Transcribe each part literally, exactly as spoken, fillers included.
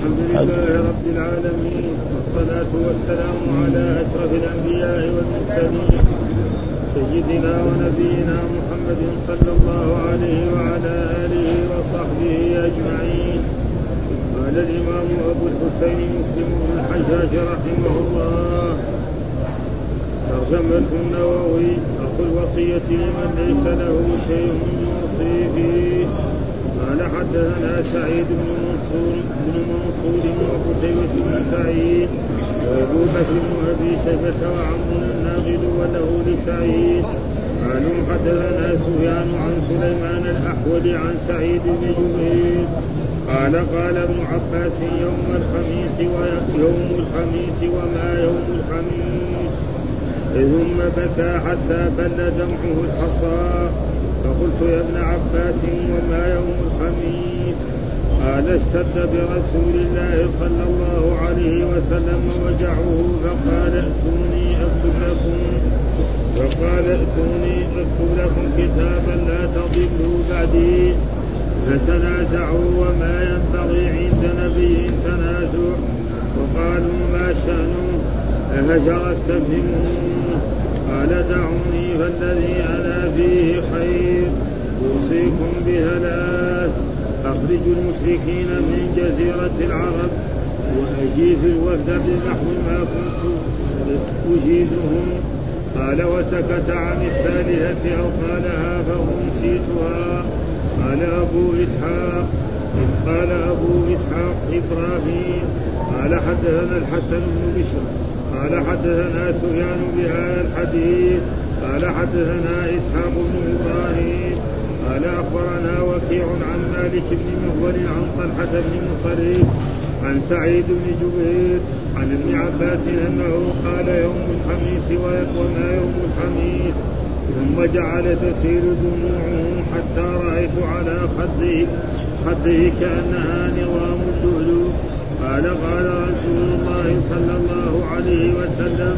الحمد لله رب العالمين، والصلاة والسلام على أشرف الأنبياء والمرسلين سيدنا ونبينا محمد صلى الله عليه وعلى آله وصحبه أجمعين. قال الإمام أبو الحسين مسلم بن الحجاج رحمه الله: ترجمة النووي: أخو الوصية لمن ليس له شيء يوصي فيه. قال حدثنا سعيد بن منصور بن منصور وقتيبة بن سعيد وأبو بكر بن أبي شيبة وعمر الناقد وله لسعيد قالوا حدثنا سفيان عن سليمان الأحول عن سعيد بن جبير قال قال ابن عباس: يوم الخميس ويوم الخميس وما يوم الخميس. ثم بكى حتى بل دمعه الحصى. فقلت: يا ابن عباس وما يوم الخميس؟ قال: اشتد برسول الله صلى الله عليه وسلم وجعه فقال: ائتوني اكتب لكم فقال ائتوني اكتب لكم كتابا لا تضلوا بعدي. فتنازعوا وما ينبغي عند نبي تنازع، وقالوا: ما شأنه؟ فهجر استفهموه. قال: دعوني فالذي أنا فيه خير. أوصيكم بثلاث: أخرجوا المشركين من جزيرة العرب، وأجيز الوفد بنحو ما كنت أجيزهم. قال: وسكت عن الثالثة أو قالها فأنسيتها. قال أبو إسحاق قال أبو إسحاق إبراهيم قال حدثنا الحسن بن بشر قال حدثنا سفيان بهذا الحديث قال حدثنا إسحاق بن إبراهيم قال أخبرنا وكيع عن مالك بن مغول عن طلحة بن مصرف عن سعيد بن جبير عن ابن عباس أنه قال: يوم الخميس وما يوم الخميس. ثم جعل تسيل دموعه حتى رأيت على خده خده كأنها نظام اللؤلؤ. قال: قال رسول الله صلى الله عليه وسلم: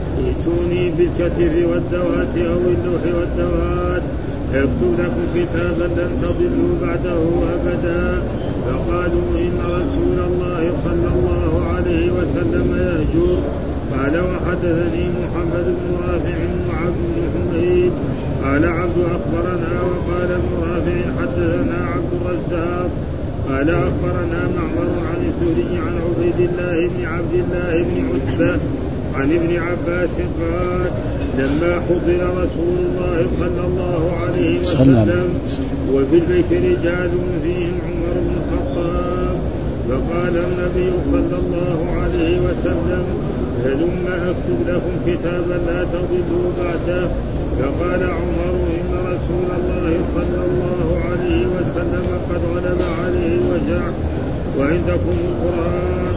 ائتوني بالكتف والدوات أو اللوح والدوات اكتب لكم كتابا لن تضلوا بعده أبدا. فقالوا: إن رسول الله صلى الله عليه وسلم يهجر. قال: وحدثني محمد بن رافع وعبد بن حميد قال عبد أخبرنا وقال ابن رافع حدثنا عبد الرزاق قال أخبرنا معمر عن الزهري عن عبيد الله بن عبد الله بن عتبة عن ابن عباس قال: لما حضر رسول الله صلى الله عليه وسلم وفي البيت رجال فيهم عمر بن الخطاب، فقال النبي صلى الله عليه وسلم: هلم أكتب لكم كتابا لا تضلوا بعده. فقال عمر: إن رسول الله صلى الله عليه وسلم قد غلب عليه الوجع وعندكم القرآن،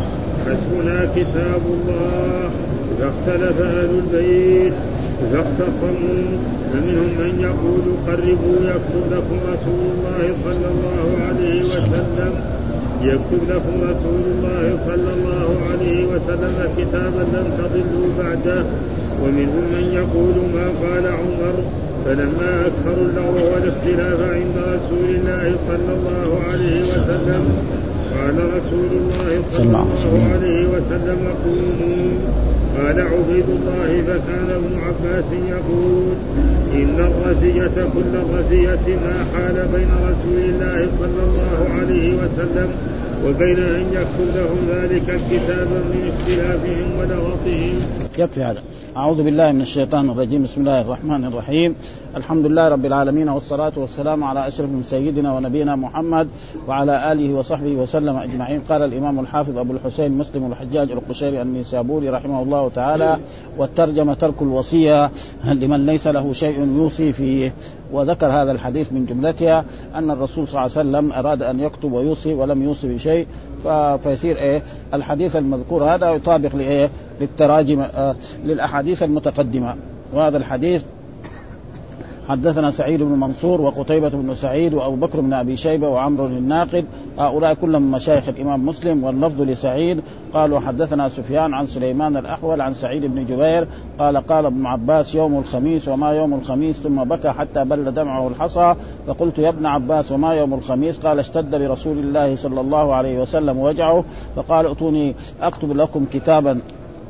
حسبنا كتاب الله. فاختلف أهل البيت فاختصموا، فمنهم من يقول: قربوا يكتب لكم رسول الله صلى الله عليه وسلم يكتب لكم رسول الله صلى الله عليه وسلم كتابا لم تضلوا بعده. ومنهم من يقول ما قال عمر. فلما أكثروا اللغو والاختلاف عند رسول الله صلى الله عليه وسلم قال رسول الله صلى الله عليه وسلم: قوموا. قال عبيد الله: فكان ابن عباس يقول: إن الرزية كل الرزية ما حال بين رسول الله صلى الله عليه وسلم وبين أن يكتب لهم ذلك الكتاب من اختلافهم ولغطهم. يكفي هذا. أعوذ بالله من الشيطان الرجيم. بسم الله الرحمن الرحيم. الحمد لله رب العالمين، والصلاة والسلام على أشرف من سيدنا ونبينا محمد وعلى آله وصحبه وسلم أجمعين. قال الإمام الحافظ أبو الحسين مسلم الحجاج القشيري النيسابوري رحمه الله تعالى: والترجمة ترك الوصية لمن ليس له شيء يوصي فيه. وذكر هذا الحديث من جملتها أن الرسول صلى الله عليه وسلم أراد أن يكتب ويوصي ولم يوصي بشيء، فيصير إيه الحديث المذكور هذا يطابق لإيه للتراجم آه للأحاديث المتقدمة. وهذا الحديث حدثنا سعيد بن منصور وقتيبة بن سعيد وأبو بكر بن أبي شيبة وعمرو الناقد هؤلاء كلهم مشايخ الإمام مسلم. واللفظ لسعيد قالوا حدثنا سفيان عن سليمان الأحول عن سعيد بن جبير قال قال ابن عباس يوم الخميس وما يوم الخميس ثم بكى حتى بل دمعه الحصى فقلت يا ابن عباس وما يوم الخميس قال اشتد برسول الله صلى الله عليه وسلم وجعه فقال ائتوني أكتب لكم كتابا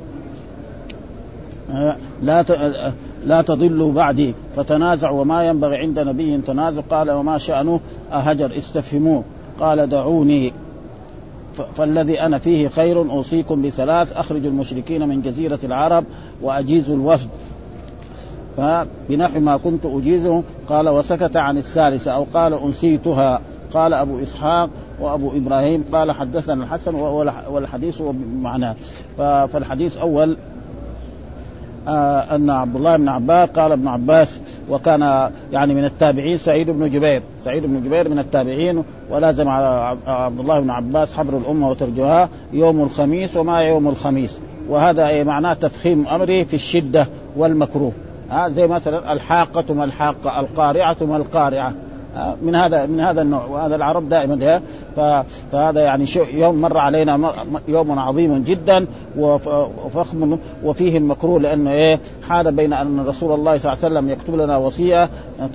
لا لا تضلوا بعدي فتنازعوا وما ينبغي عند نبي تنازع قال وما شأنه أهجر استفهموه قال دعوني فالذي أنا فيه خير أوصيكم بثلاث أخرج المشركين من جزيرة العرب وأجيز الوفد فبنحو ما كنت أجيزه قال وسكت عن الثالثة أو قال أنسيتها قال أبو إسحاق وأبو إبراهيم قال حدثنا الحسن والحديث بمعناه. فالحديث أول آه أن عبد الله بن عباس قال ابن عباس وكان يعني من التابعين سعيد بن جبير سعيد بن جبير من التابعين ولازم على عبد الله بن عباس حبر الأمة وترجوها يوم الخميس وما يوم الخميس وهذا معناه تفخيم أمره في الشدة والمكروه آه زي مثلا الحاقة ما الحاقة القارعة ما القارعة من هذا من هذا النوع وهذا العرب دائما فهذا يعني يوم مر علينا يوم عظيم جدا وفخم وفيه المكروه لأنه إيه حال بين أن رسول الله صلى الله عليه وسلم يكتب لنا وصية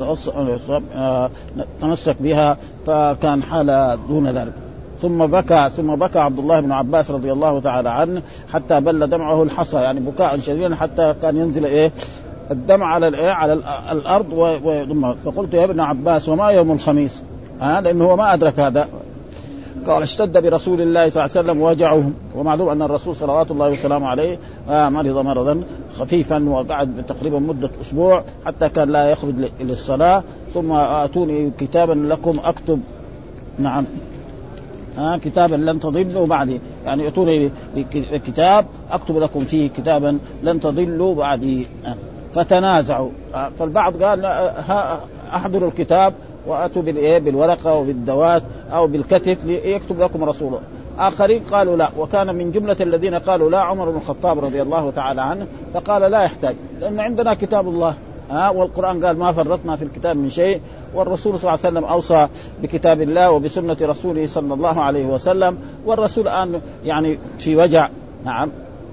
نتمسك بها فكان حال دون ذلك. ثم بكى ثم بكى عبد الله بن عباس رضي الله تعالى عنه حتى بل دمعه الحصى يعني بكاء شديدا حتى كان ينزل إيه الدمع على على الأرض وضمه. فقلت يا ابن عباس وما يوم الخميس ها لأنه هو ما أدرك هذا قال اشتد برسول الله صلى الله عليه وسلم وجعه ومعلوم أن الرسول صلوات الله وسلامه عليه مرض مرضا خفيفا وقعد تقريبا مدة أسبوع حتى كان لا يخرج للصلاة ثم آتوني كتابا لكم أكتب نعم ها كتابا لن تضلوا بعدي يعني اتوني كتاب اكتب لكم فيه كتابا لن تضلوا بعدي. فتنازعوا فالبعض قال احضروا الكتاب واتوا بالايه بالورقه وبالدوات او بالكتف ليكتب لكم رسوله. اخرين قالوا لا وكان من جمله الذين قالوا لا عمر بن الخطاب رضي الله تعالى عنه فقال لا يحتاج لان عندنا كتاب الله ها والقرآن قال ما فرطنا في الكتاب من شيء والرسول صلى الله عليه وسلم أوصى بكتاب الله وبسنة رسوله صلى الله عليه وسلم والرسول الآن يعني في وجع نعم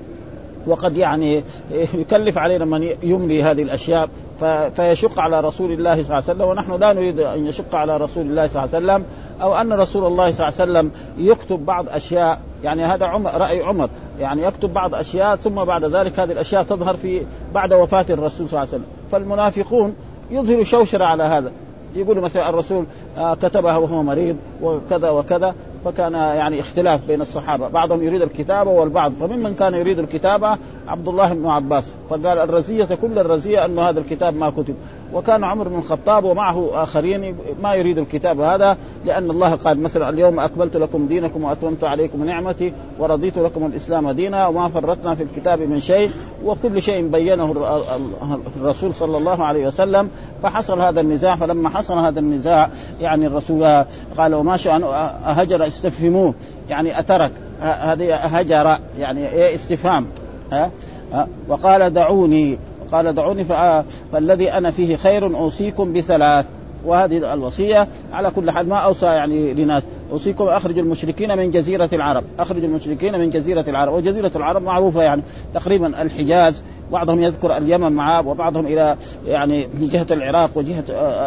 وقد يعني يكلف علينا من يملي هذه الأشياء فيشق على رسول الله صلى الله عليه وسلم ونحن لا نريد أن يشق على رسول الله صلى الله عليه وسلم أو أن رسول الله صلى الله عليه وسلم يكتب بعض أشياء يعني هذا عمر رأي عمر يعني يكتب بعض أشياء ثم بعد ذلك هذه الأشياء تظهر في بعد وفاة الرسول صلى الله عليه وسلم. فالمنافقون يظهروا شوشرة على هذا يقولوا مثلا الرسول كتبها وهو مريض وكذا وكذا فكان يعني اختلاف بين الصحابة بعضهم يريد الكتابة والبعض فممن كان يريد الكتابة عبد الله بن عباس فقال الرزية كل الرزية أن هذا الكتاب ما كتب وكان عمر بن الخطاب ومعه آخرين ما يريد الكتاب هذا لأن الله قال مثلا اليوم أكملت لكم دينكم وأتممت عليكم نعمتي ورضيت لكم الإسلام دينا وما فرطنا في الكتاب من شيء وكل شيء بينه الرسول صلى الله عليه وسلم. فحصل هذا النزاع فلما حصل هذا النزاع يعني الرسول قال وما شأن أهجر استفهموه يعني أترك هذه هجر يعني إيه استفهام ها وقال دعوني قال دعوني فالذي أنا فيه خير أوصيكم بثلاث وهذه الوصية على كل حال ما أوصى يعني لناس أوصيكم أخرج المشركين من جزيرة العرب أخرج المشركين من جزيرة العرب وجزيرة العرب معروفة يعني تقريبا الحجاز بعضهم يذكر اليمن معاه وبعضهم إلى يعني من جهة العراق وجهة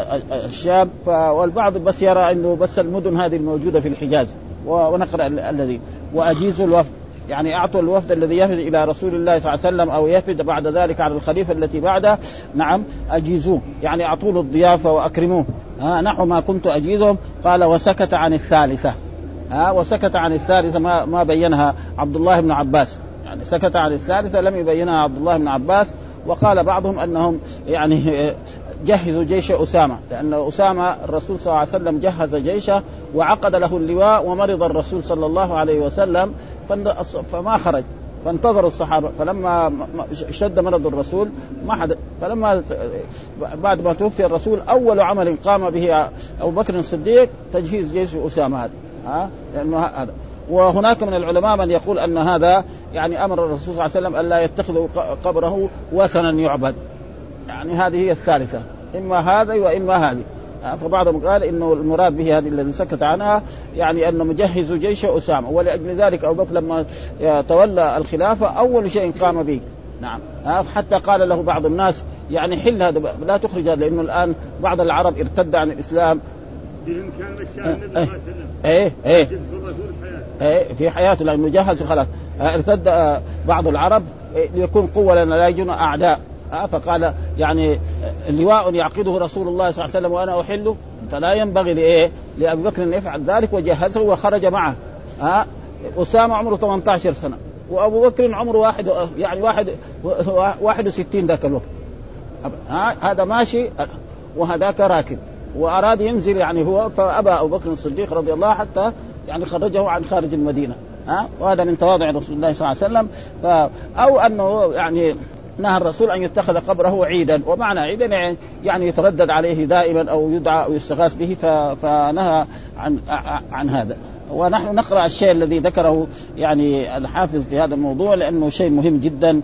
الشام والبعض بس يرى أنه بس المدن هذه الموجودة في الحجاز ونقرأ الذي وأجيز الوفد يعني أعطوا الوفد الذي يفد إلى رسول الله صلى الله عليه وسلم أو يفد بعد ذلك على الخليفة التي بعده نعم أجيزوه يعني أعطوا له الضيافة وأكرموه ها نحو ما كنت أجيزهم. قال وسكت عن الثالثة ها وسكت عن الثالثة ما ما بينها عبد الله بن عباس يعني سكت عن الثالثة لم يبينها عبد الله بن عباس. وقال بعضهم أنهم يعني جهزوا جيش أسامة لأن أسامة الرسول صلى الله عليه وسلم جهز جيشه وعقد له اللواء ومرض الرسول صلى الله عليه وسلم فما خرج فانتظروا الصحابة فلما اشتد مرض الرسول ما حد فلما بعد ما توفي الرسول أول عمل قام به أبو بكر الصديق تجهيز جيش أسامة هذا ها لأنه هذا. وهناك من العلماء من يقول أن هذا يعني أمر الرسول صلى الله عليه وسلم ألا يتخذوا قبره وثنا يعبد يعني هذه هي الثالثة إما هذا وإما هذه. فبعضهم قال إنه المراد به هذه الذي سكت عنها يعني أنه مجهز جيش أسامة، ولأجل ذلك أبو بكر لما تولى الخلافة أول شيء قام به. نعم حتى قال له بعض الناس يعني حل هذا لا تخرج هذا، لأنه الآن بعض العرب ارتد عن الإسلام بإمكان الشعب النبي إيه إيه إيه في حياته لأنه جهز خلاص. ارتد بعض العرب ليكون قوة لنا لا يجون أعداء، فقال يعني لواء يعقده رسول الله صلى الله عليه وسلم وأنا أحله، فلا ينبغي لإيه لأبي بكر أن يفعل ذلك، وجهزه وخرج معه. ها أسامة عمره ثمانية عشر سنة وأبو بكر عمره واحد يعني واحد واحد وستين ذاك الوقت. هذا ماشي وهذاك راكب، وأراد ينزل يعني هو، فأبى أبو بكر الصديق رضي الله حتى يعني خرجه عن خارج المدينة. ها وهذا من تواضع رسول الله صلى الله عليه وسلم. ف أو أنه يعني نهى الرسول أن يتخذ قبره عيدا، ومعنى عيدا يعني يتردد عليه دائما أو يدعى أو يستغاث به، فنهى عن عن هذا. ونحن نقرأ الشيء الذي ذكره يعني الحافظ في هذا الموضوع لأنه شيء مهم جدا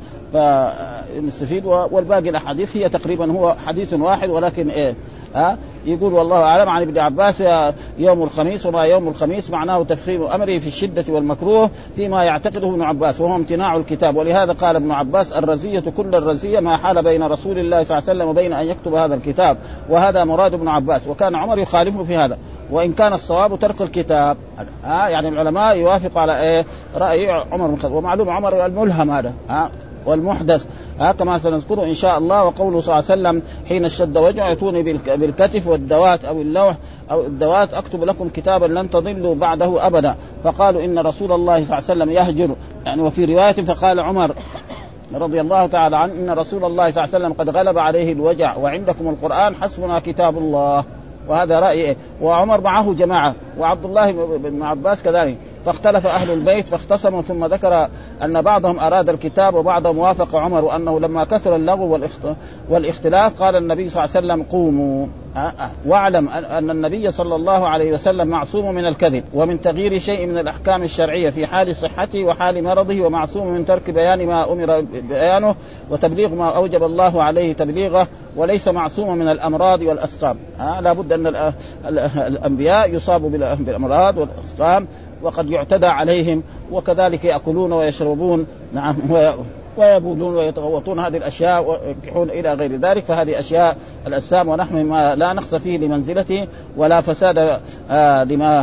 فنستفيد، والباقي الأحاديث هي تقريبا هو حديث واحد ولكن إيه ها يقول والله أعلم عن ابن عباس يوم الخميس، وما يوم الخميس معناه تفخيم أمره في الشدة والمكروه فيما يعتقده ابن عباس وهو امتناع الكتاب. ولهذا قال ابن عباس الرزية كل الرزية ما حال بين رسول الله صلى الله عليه وسلم وبين أن يكتب هذا الكتاب، وهذا مراد ابن عباس. وكان عمر يخالفه في هذا، وإن كان الصواب ترك الكتاب. ها يعني العلماء يوافق على إيه رأي عمر بن الخطاب، ومعلوم عمر الملهم هذا ها والمحدث ها كما سنذكره إن شاء الله. وقوله صلى الله عليه وسلم حين اشتد وجعه يأتوني بالكتف والدوات أو اللوح أو الدوات أكتب لكم كتابا لن تضلوا بعده أبدا. فقالوا إن رسول الله صلى الله عليه وسلم يهجر يعني. وفي رواية فقال عمر رضي الله تعالى عنه إن رسول الله صلى الله عليه وسلم قد غلب عليه الوجع وعندكم القرآن حسبنا كتاب الله. وهذا رأيه. وعمر معه جماعة وعبد الله بن عباس كذلك، فاختلف أهل البيت فاختصموا، ثم ذكر أن بعضهم أراد الكتاب وبعضهم وافق عمر، وأنه لما كثر اللغو والاختلاف قال النبي صلى الله عليه وسلم قوموا. واعلم أن النبي صلى الله عليه وسلم معصوم من الكذب ومن تغيير شيء من الأحكام الشرعية في حال صحته وحال مرضه، ومعصوم من ترك بيان ما أمر بيانه وتبليغ ما أوجب الله عليه تبليغه، وليس معصوم من الأمراض والأسقام. لا بد أن الأنبياء يصابوا بالأمراض والأسقام وقد يعتدى عليهم، وكذلك يأكلون ويشربون نعم ويبولون ويتغوطون هذه الأشياء وينكحون إلى غير ذلك. فهذه أشياء الأجسام ونحن ما لا نقص فيه لمنزلته ولا فساد آه لما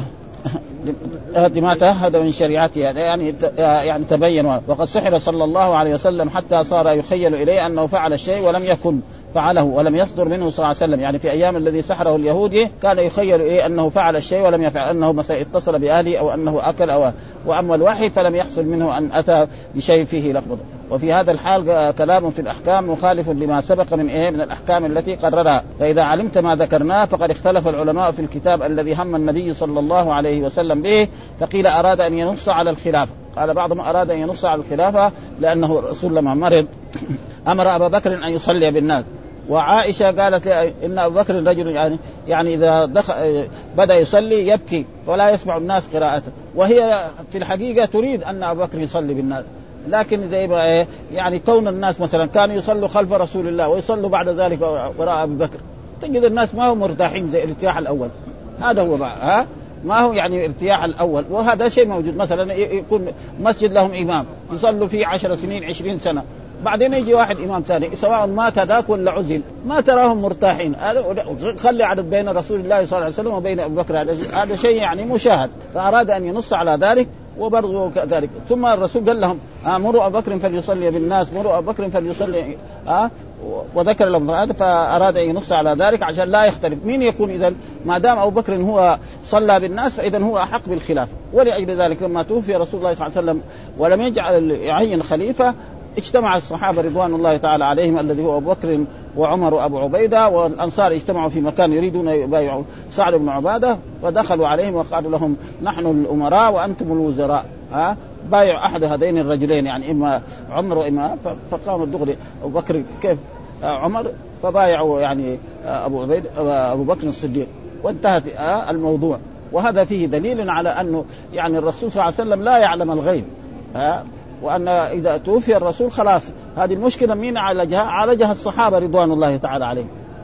لما تهد من شريعته يعني يعني تبين. وقد سحر صلى الله عليه وسلم حتى صار يخيل إليه أنه فعل الشيء ولم يكن فعله ولم يصدر منه صلى الله عليه وسلم. يعني في أيام الذي سحره اليهودي كان يخيل إيه أنه فعل الشيء ولم يفعل، أنه مثلا اتصل بأهله أو أنه أكل أو وأما الوحي فلم يحصل منه أن أتى بشيء فيه لخبطه. وفي هذا الحال كلام في الأحكام مخالف لما سبق من إيه من الأحكام التي قررها. فإذا علمت ما ذكرناه فقد اختلف العلماء في الكتاب الذي هم النبي صلى الله عليه وسلم به، فقيل أراد أن ينص على الخلافة، قال بعضهم أراد أن ينص على الخلافة لأنه الرسول لما مرض أمر أبا بكر أن يصلي بالناس، وعائشة قالت إن أبو بكر رجل يعني يعني إذا دخل بدأ يصلي يبكي ولا يسمع الناس قراءته، وهي في الحقيقة تريد أن أبو بكر يصلي بالناس، لكن زي ما يعني كون الناس مثلا كانوا يصلوا خلف رسول الله ويصلوا بعد ذلك وراء أبي بكر، تجد الناس ما هم مرتاحين زي الارتياح الأول. هذا هو بقى ها ما هو يعني ارتياح الأول، وهذا شيء موجود. مثلا يكون مسجد لهم إمام يصلوا فيه عشر سنين عشرين سنة، بعدين يجي واحد إمام ثاني سواء مات ذاك ولا عزل ما تراهم مرتاحين. خلي عدد بين رسول الله صلى الله عليه وسلم وبين أبو بكر، هذا شيء يعني مشاهد. فأراد أن ينص على ذلك وبرضه كذلك. ثم الرسول قال لهم مروا أبو بكر فليصلي بالناس، مروا أبو بكر فليصلي آه وذكر لهم هذا، فأراد أن ينص على ذلك عشان لا يختلف مين يكون. إذا ما دام أبو بكر هو صلى بالناس فإذا هو أحق بالخلافة. ولأجل ذلك لما توفي رسول الله صلى الله عليه وسلم ولم يجعل يعين خليفة، اجتمع الصحابة رضوان الله تعالى عليهم الذي هو أبو بكر وعمر وأبو عبيدة والأنصار اجتمعوا في مكان يريدون يبايعوا سعد بن عبادة، ودخلوا عليهم وقالوا لهم نحن الأمراء وأنتم الوزراء، ها بايعوا أحد هذين الرجلين يعني إما عمر وإما. فقام الدغري أبو بكر كيف عمر فبايعوا يعني أبو عبيد أبو بكر الصديق، وانتهت الموضوع. وهذا فيه دليل على أنه يعني الرسول صلى الله عليه وسلم لا يعلم الغيب، ها وأن إذا توفي الرسول خلاص هذه المشكلة مين عالجها؟ عالجها الصحابة رضوان الله تعالى عليهم.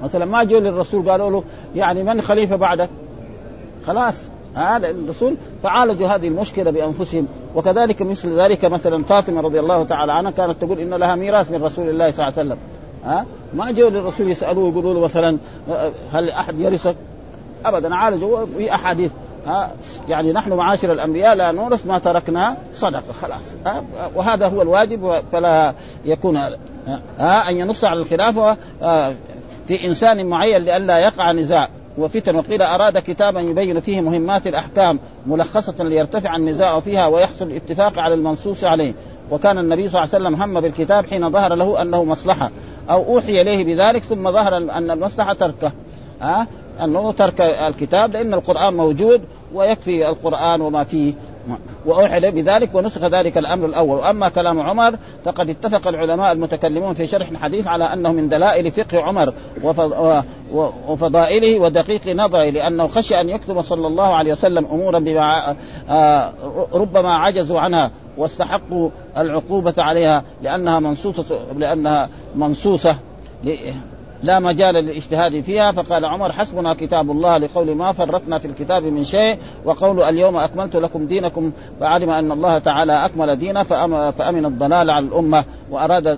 مثلا ما جاءوا للرسول قالوا له يعني من خليفة بعدك، خلاص هذا الرسول فعالجوا هذه المشكلة بأنفسهم. وكذلك مثل ذلك مثلا فاطمة رضي الله تعالى عنها كانت تقول إن لها ميراث من رسول الله صلى الله عليه وسلم، ها ما جاءوا للرسول يسألوه يقولوا له مثلا هل أحد يرثك؟ أبدا، عالجوا في أحاديث ها يعني نحن معاشر الأنبياء لا نورث ما تركنا صدقة، خلاص ها وهذا هو الواجب، فلا يكون ها أن ينص على الخلافة في إنسان معين لئلا يقع نزاع وفتن. وقيل أراد كتابا يبين فيه مهمات الأحكام ملخصة ليرتفع النزاع فيها ويحصل الاتفاق على المنصوص عليه. وكان النبي صلى الله عليه وسلم هم بالكتاب حين ظهر له أنه مصلحة أو أوحي إليه بذلك ثم ظهر أن المصلحة تركه، ها أنه ترك الكتاب لأن القرآن موجود ويكفي القرآن وما فيه، وأوحي له بذلك ونسخ ذلك الأمر الأول. وأما كلام عمر فقد اتفق العلماء المتكلمون في شرح الحديث على أنه من دلائل فقه عمر وفضائله ودقيق نظره، لأنه خشي أن يكتب صلى الله عليه وسلم أمورا بما ربما عجزوا عنها واستحقوا العقوبة عليها لأنها منصوصة لأنها منصوصة لا مجال للاجتهاد فيها. فقال عمر حسبنا كتاب الله لقول ما فرطنا في الكتاب من شيء، وقول اليوم أكملت لكم دينكم، فعلم أن الله تعالى أكمل دينه فأمن الضلال على الأمة، وأراد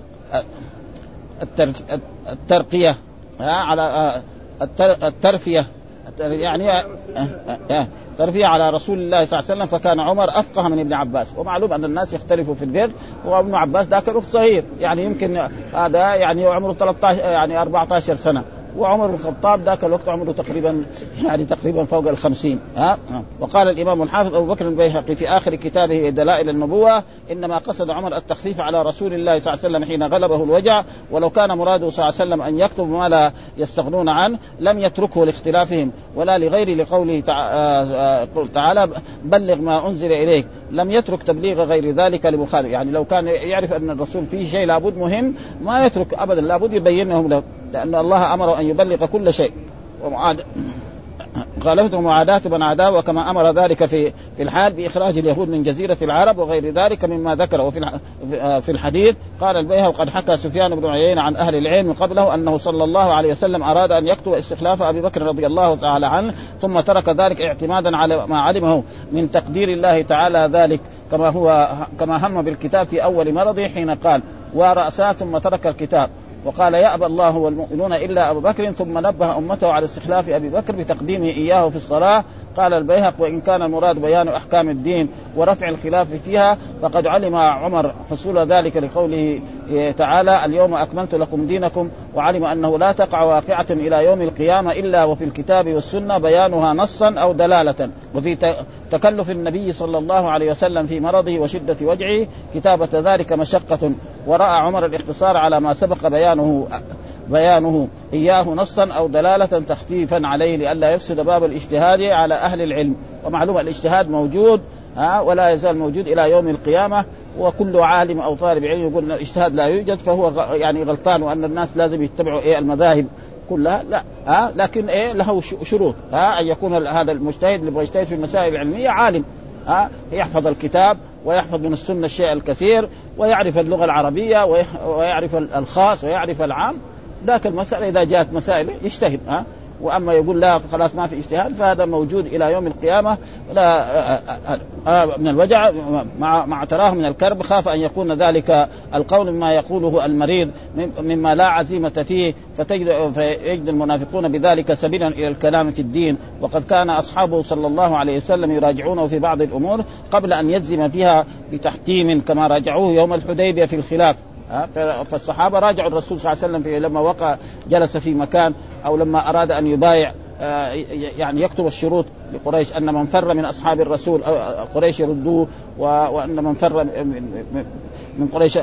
الترقية على الترفية يعني ترفيه على رسول الله صلى الله عليه وسلم. فكان عمر أفقه من ابن عباس، ومعلوم أن الناس يختلفوا في البر، وابن عباس ذاك رفض صغير يعني يمكن هذا يعني عمره ثلاثة عشر يعني أربعة عشر سنة، وعمر بن الخطاب ذاك الوقت عمره تقريبا يعني تقريبا فوق الخمسين. ها وقال الإمام الحافظ أبو بكر البيهقي في آخر كتابه دلائل النبوة إنما قصد عمر التخفيف على رسول الله صلى الله عليه وسلم حين غلبه الوجع، ولو كان مراده صلى الله عليه وسلم أن يكتب ما لا يستغنون عنه لم يتركه لاختلافهم ولا لغير لقوله تعالى بلغ ما أنزل إليك، لم يترك تبليغ غير ذلك لمخالف. يعني لو كان يعرف أن الرسول فيه شيء لابد مهم ما يترك أبدا، لابد يبينه له، لأن الله أمر أن يبلغ كل شيء. ومعاد خالفته معاداة من عداه، وكما أمر ذلك في في الحال بإخراج اليهود من جزيرة العرب وغير ذلك مما ذكر. وفي في الحديث قال البيهقي وقد حكى سفيان بن عيينة عن أهل العلم قبله أنه صلى الله عليه وسلم أراد أن يكتب استخلاف أبي بكر رضي الله تعالى عنه، ثم ترك ذلك اعتمادا على ما علمه من تقدير الله تعالى ذلك، كما هو كما هم بالكتاب في أول مرضه حين قال ورأسه ثم ترك الكتاب، وقال يأبى الله والمؤمنون إلا أبو بكر، ثم نبه أمته على استخلاف أبي بكر بتقديمه إياه في الصلاة. قال البيهقي وإن كان المراد بيان أحكام الدين ورفع الخلاف فيها فقد علم عمر حصول ذلك لقوله تعالى اليوم أكملت لكم دينكم، وعلم أنه لا تقع واقعة إلى يوم القيامة إلا وفي الكتاب والسنة بيانها نصا أو دلالة. وفي تكلف النبي صلى الله عليه وسلم في مرضه وشدة وجعه كتابة ذلك مشقة، ورأى عمر الاختصار على ما سبق بيانه بيانه إياه نصا أو دلالة تخفيفا عليه لئلا يفسد باب الاجتهاد على أهل العلم. ومعلومة الاجتهاد موجود ها ولا يزال موجود إلى يوم القيامة، وكل عالم أو طالب علم يقول أن الاجتهاد لا يوجد فهو يعني غلطان، وأن الناس لازم يتبعوا إيه المذاهب كلها لا ها لكن إيه له شروط ها أن يكون هذا المجتهد اللي يجتهد في المسائل العلمية عالم ها يحفظ الكتاب ويحفظ من السنة الشيء الكثير ويعرف اللغة العربية ويعرف الخاص ويعرف العام. ذاك المسألة إذا جاءت مسائل يجتهد ها وأما يقول لا خلاص ما في اجتهاد فهذا موجود إلى يوم القيامة لا من الوجع مع مع تراه من الكرب، خاف أن يكون ذلك القول مما يقوله المريض مما لا عزيمة فيه فتجد, فيجد المنافقون بذلك سبيلا إلى الكلام في الدين. وقد كان أصحابه صلى الله عليه وسلم يراجعونه في بعض الأمور قبل أن يجزم فيها بتحكيم كما راجعوه يوم الحديبية في الخلاف. فالصحابة راجعوا الرسول صلى الله عليه وسلم في لما وقع جلس في مكان أو لما أراد أن يبايع يعني يكتب الشروط لقريش أن من فر من أصحاب الرسول قريش يردوه، وأن من فر من قريش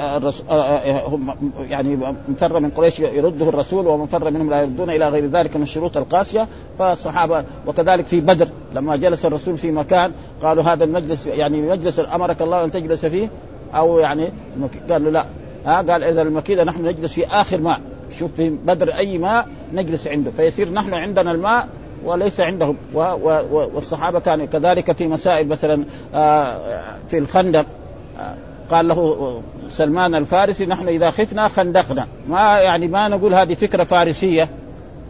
يعني من فر من قريش يرده الرسول ومن فر منهم لا يردون إلى غير ذلك من الشروط القاسية. فالصحابة وكذلك في بدر لما جلس الرسول في مكان قالوا هذا المجلس يعني مجلس أمرك الله أن تجلس فيه أو يعني قالوا لا ها قال إذا المكيدة نحن نجلس في آخر ماء، شوف في بدر أي ماء نجلس عنده فيصير نحن عندنا الماء وليس عندهم. والصحابة كانوا كذلك في مسائل مثلا في الخندق قال له سلمان الفارسي نحن إذا خفنا خندقنا، ما يعني ما نقول هذه فكرة فارسية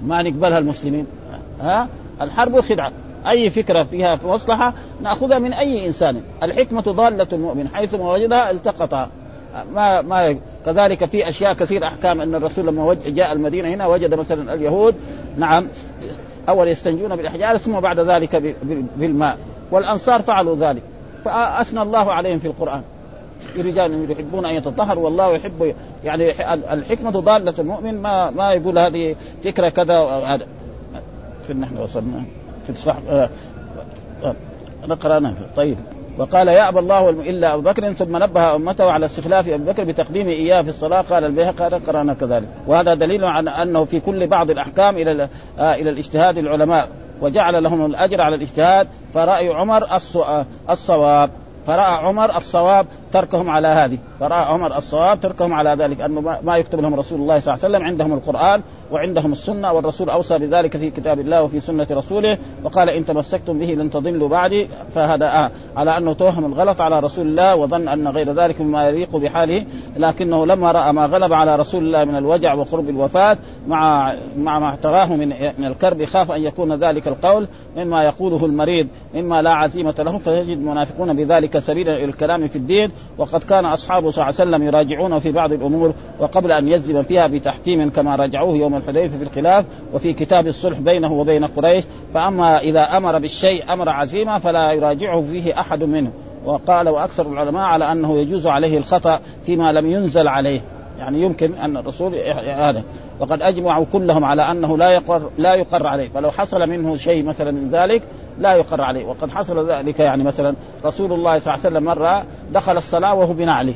ما نقبلها المسلمين. ها الحرب خدعة، أي فكرة فيها في مصلحة نأخذها من أي إنسان. الحكمة ضالة المؤمن حيث ما وجدها التقطها. ما ما كذلك في أشياء كثير أحكام أن الرسول لما جاء المدينة هنا وجد مثلا اليهود نعم أول يستنجون بالأحجار ثم بعد ذلك بالماء، والأنصار فعلوا ذلك فأثنى الله عليهم في القرآن. رجال يحبون أن يتطهروا والله يحب، يعني الحكمة ضالة المؤمن. ما ما يقول هذه فكرة كذا هذا. في نحن وصلنا في الصح آه آه نقرأنا. طيب وقال يا أبا الله إلا أبو بكر ثم نبه أمته على استخلاف أبي بكر بتقديم إياه في الصلاة. قال البيهقي هذا قرأنا كذلك. وهذا دليل على أنه في كل بعض الأحكام إلى آه إلى الاجتهاد العلماء وجعل لهم الأجر على الاجتهاد. فرأي عمر الصواب فرأى عمر الصواب تركهم على هذه فرأى عمر الصواب تركهم على ذلك أنه ما يكتب لهم رسول الله صلى الله عليه وسلم. عندهم القرآن وعندهم السنة، والرسول أوصى بذلك في كتاب الله وفي سنة رسوله، وقال إن تمسكتم به لن تضلوا بعدي. فهذا آه على أنه توهم الغلط على رسول الله وظن أن غير ذلك مما يليق بحاله، لكنه لما رأى ما غلب على رسول الله من الوجع وقرب الوفاة مع مع ما احتراه من من الكرب خاف أن يكون ذلك القول مما يقوله المريض مما لا عزيمة له، فيجد المنافقون بذلك سبيلا إلى الكلام في الدين. وقد كان أصحابه صلى الله عليه وسلم يراجعونه في بعض الأمور وقبل أن يجزم فيها بتحكيم كما راجعوه يوم الحديبية في الخلاف وفي كتاب الصلح بينه وبين قريش. فأما إذا أمر بالشيء أمر عزيمة فلا يراجعه فيه أحد منه. وقال وأكثر العلماء على أنه يجوز عليه الخطأ فيما لم ينزل عليه، يعني يمكن أن الرسول هذا. وقد أجمعوا كلهم على أنه لا يقر لا يقر عليه، فلو حصل منه شيء مثلا من ذلك لا يقر عليه. وقد حصل ذلك، يعني مثلا رسول الله صلى الله عليه وسلم مرة دخل الصلاة وهو بنعله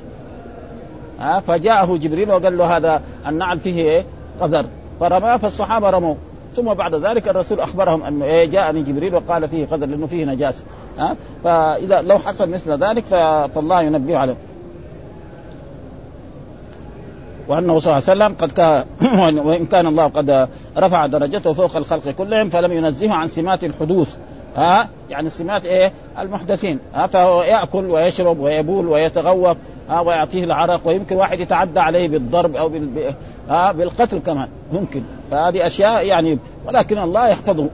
ها فجاءه جبريل وقال له هذا النعل فيه إيه قذر، فرماه فالصحابة رموه. ثم بعد ذلك الرسول أخبرهم أنه إيه جاءني جبريل وقال فيه قذر لأنه فيه نجاسة. ها فإذا لو حصل مثل ذلك فالله ينبه عليه. وأنه صلى الله عليه وسلم قد كان وإن كان الله قد رفع درجته فوق الخلق كلهم فلم ينزه عن سمات الحدوث. ها يعني سمات إيه المحدثين. ها فهو يأكل ويشرب ويبول ويتغوط ها ويعطيه العرق، ويمكن واحد يتعدى عليه بالضرب أو بال... ها بالقتل كمان ممكن. فهذه أشياء يعني ولكن الله يحفظه.